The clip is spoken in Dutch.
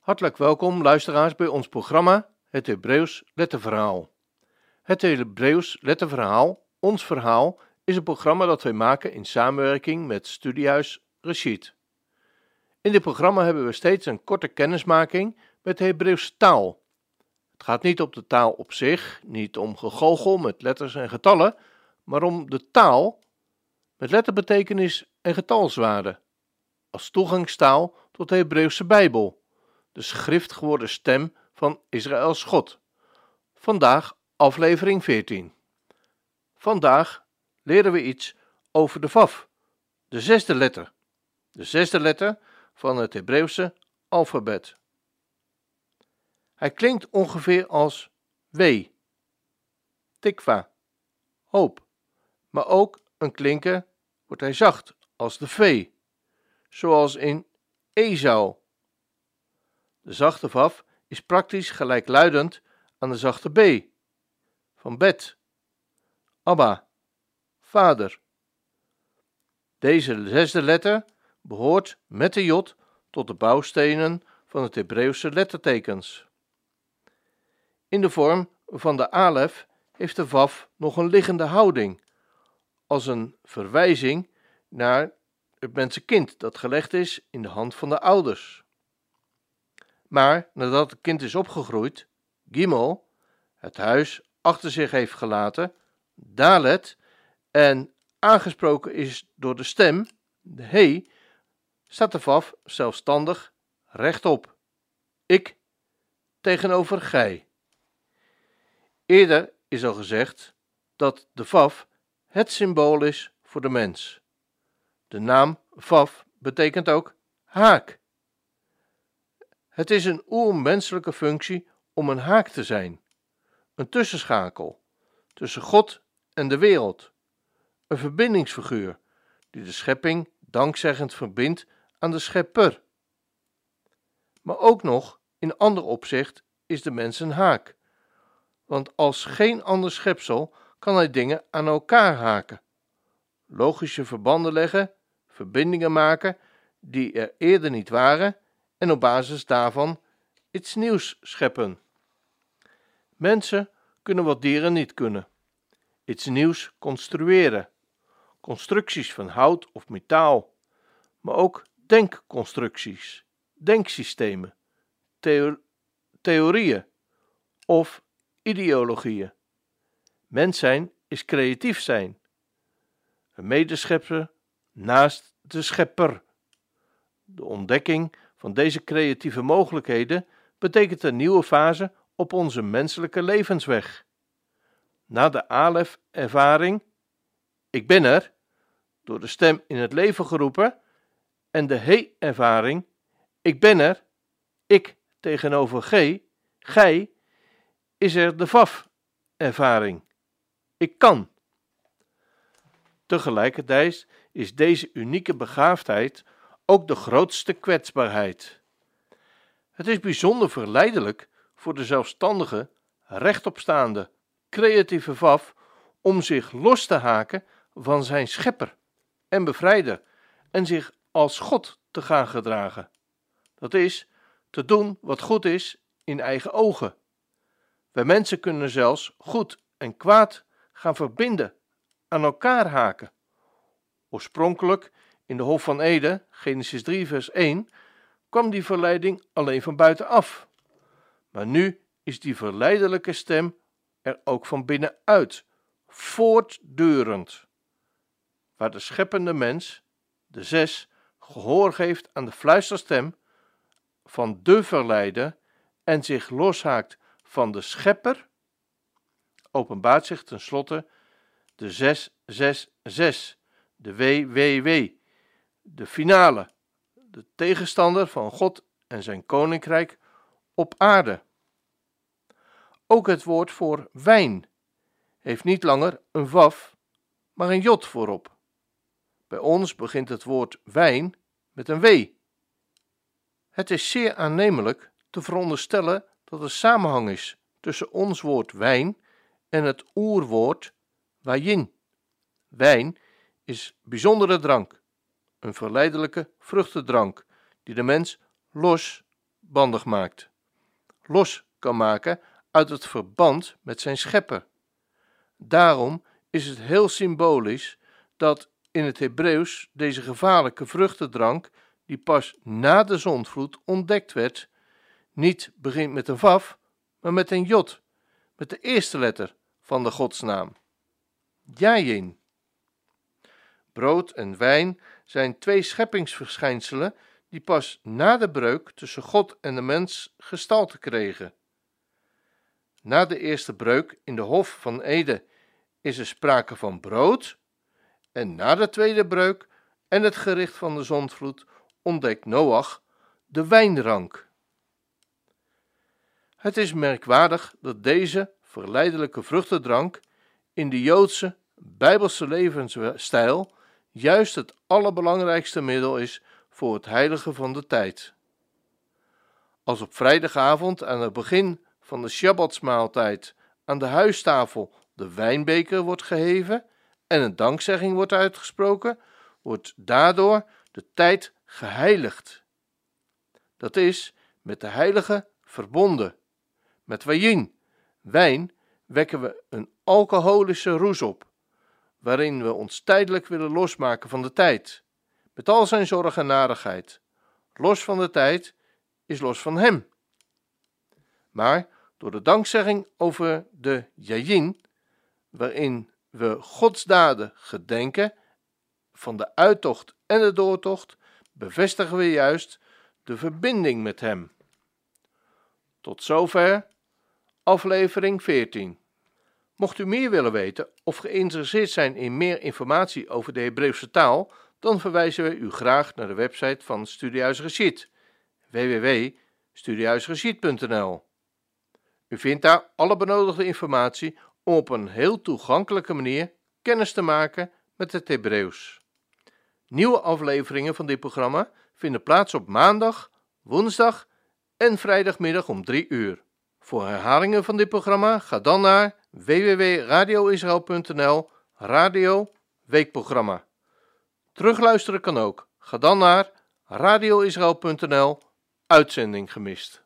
Hartelijk welkom luisteraars bij ons programma Het Hebreeuws Letterverhaal. Het Hebreeuws Letterverhaal, ons verhaal, is een programma dat wij maken in samenwerking met Studiehuis Reshit. In dit programma hebben we steeds een korte kennismaking met de Hebreeuwse taal. Het gaat niet om de taal op zich, niet om gegoochel met letters en getallen, maar om de taal met letterbetekenis en getalswaarde, als toegangstaal tot de Hebreeuwse Bijbel, de schriftgeworden stem van Israëls God. Vandaag aflevering 14. Vandaag leren we iets over de Vav, de zesde letter. De zesde letter van het Hebreeuwse alfabet. Hij klinkt ongeveer als W, tikva, hoop, maar ook een klinker wordt hij zacht als de V, zoals in Esau. De zachte Vav is praktisch gelijkluidend aan de zachte B, van bed, Abba, vader. Deze zesde letter behoort met de jod tot de bouwstenen van het Hebreeuwse lettertekens. In de vorm van de alef heeft de Vav nog een liggende houding, als een verwijzing naar het mensenkind dat gelegd is in de hand van de ouders. Maar nadat het kind is opgegroeid, Gimel, het huis achter zich heeft gelaten, Dalet, en aangesproken is door de stem, de He, staat de Vav zelfstandig rechtop. Ik tegenover gij. Eerder is al gezegd dat de Vav het symbool is voor de mens. De naam Vav betekent ook haak. Het is een oermenselijke functie om een haak te zijn, een tussenschakel tussen God en de wereld, een verbindingsfiguur die de schepping dankzeggend verbindt aan de schepper. Maar ook nog in ander opzicht is de mens een haak, want als geen ander schepsel kan hij dingen aan elkaar haken, logische verbanden leggen, verbindingen maken die er eerder niet waren en op basis daarvan iets nieuws scheppen. Mensen kunnen wat dieren niet kunnen: iets nieuws construeren, constructies van hout of metaal, maar ook denkconstructies, denksystemen, theorieën of ideologieën. Mens zijn is creatief zijn, een medeschepper naast de schepper. De ontdekking van deze creatieve mogelijkheden betekent een nieuwe fase op onze menselijke levensweg. Na de alef-ervaring, ik ben er, door de stem in het leven geroepen, en de he-ervaring, ik ben er, ik tegenover gij, is er de vav-ervaring, ik kan. Tegelijkertijd is deze unieke begaafdheid ook de grootste kwetsbaarheid. Het is bijzonder verleidelijk voor de zelfstandige, rechtopstaande, creatieve Vav om zich los te haken van zijn schepper en bevrijder en zich als God te gaan gedragen. Dat is, te doen wat goed is in eigen ogen. Wij mensen kunnen zelfs goed en kwaad gaan verbinden, aan elkaar haken. Oorspronkelijk in de Hof van Eden, Genesis 3 vers 1, kwam die verleiding alleen van buitenaf. Maar nu is die verleidelijke stem er ook van binnenuit, voortdurend. Waar de scheppende mens, de zes, gehoor geeft aan de fluisterstem van de verleider en zich loshaakt van de schepper, openbaart zich tenslotte de 666, de WWW, de finale, de tegenstander van God en zijn koninkrijk op aarde. Ook het woord voor wijn heeft niet langer een vav, maar een jod voorop. Bij ons begint het woord wijn met een w. Het is zeer aannemelijk te veronderstellen dat er samenhang is tussen ons woord wijn en het oerwoord wayin. Wijn is bijzondere drank, een verleidelijke vruchtendrank die de mens los losbandig maakt, los kan maken uit het verband met zijn schepper. Daarom is het heel symbolisch dat in het Hebreeuws deze gevaarlijke vruchtendrank, die pas na de zondvloed ontdekt werd, niet begint met een vaf, maar met een jod, met de eerste letter van de godsnaam, Jajin. Brood en wijn zijn twee scheppingsverschijnselen die pas na de breuk tussen God en de mens gestalte kregen. Na de eerste breuk in de Hof van Eden is er sprake van brood, en na de tweede breuk en het gericht van de zondvloed ontdekt Noach de wijnrank. Het is merkwaardig dat deze verleidelijke vruchtendrank in de Joodse, Bijbelse levensstijl juist het allerbelangrijkste middel is voor het heiligen van de tijd. Als op vrijdagavond aan het begin van de Shabbatsmaaltijd aan de huistafel de wijnbeker wordt geheven en een dankzegging wordt uitgesproken, wordt daardoor de tijd geheiligd. Dat is met de heilige verbonden. Met wajin, wijn, wekken we een alcoholische roes op, waarin we ons tijdelijk willen losmaken van de tijd, met al zijn zorg en narigheid. Los van de tijd is los van hem. Maar door de dankzegging over de Jajin, waarin we Gods daden gedenken, van de uittocht en de doortocht, bevestigen we juist de verbinding met hem. Tot zover aflevering 14. Mocht u meer willen weten of geïnteresseerd zijn in meer informatie over de Hebreeuwse taal, dan verwijzen we u graag naar de website van Studiehuis Reshit, www.studiehuisreshit.nl. U vindt daar alle benodigde informatie om op een heel toegankelijke manier kennis te maken met het Hebreeuws. Nieuwe afleveringen van dit programma vinden plaats op maandag, woensdag en vrijdagmiddag om 3 uur. Voor herhalingen van dit programma ga dan naar www.radioisrael.nl, radio weekprogramma. Terugluisteren kan ook. Ga dan naar radioisrael.nl, uitzending gemist.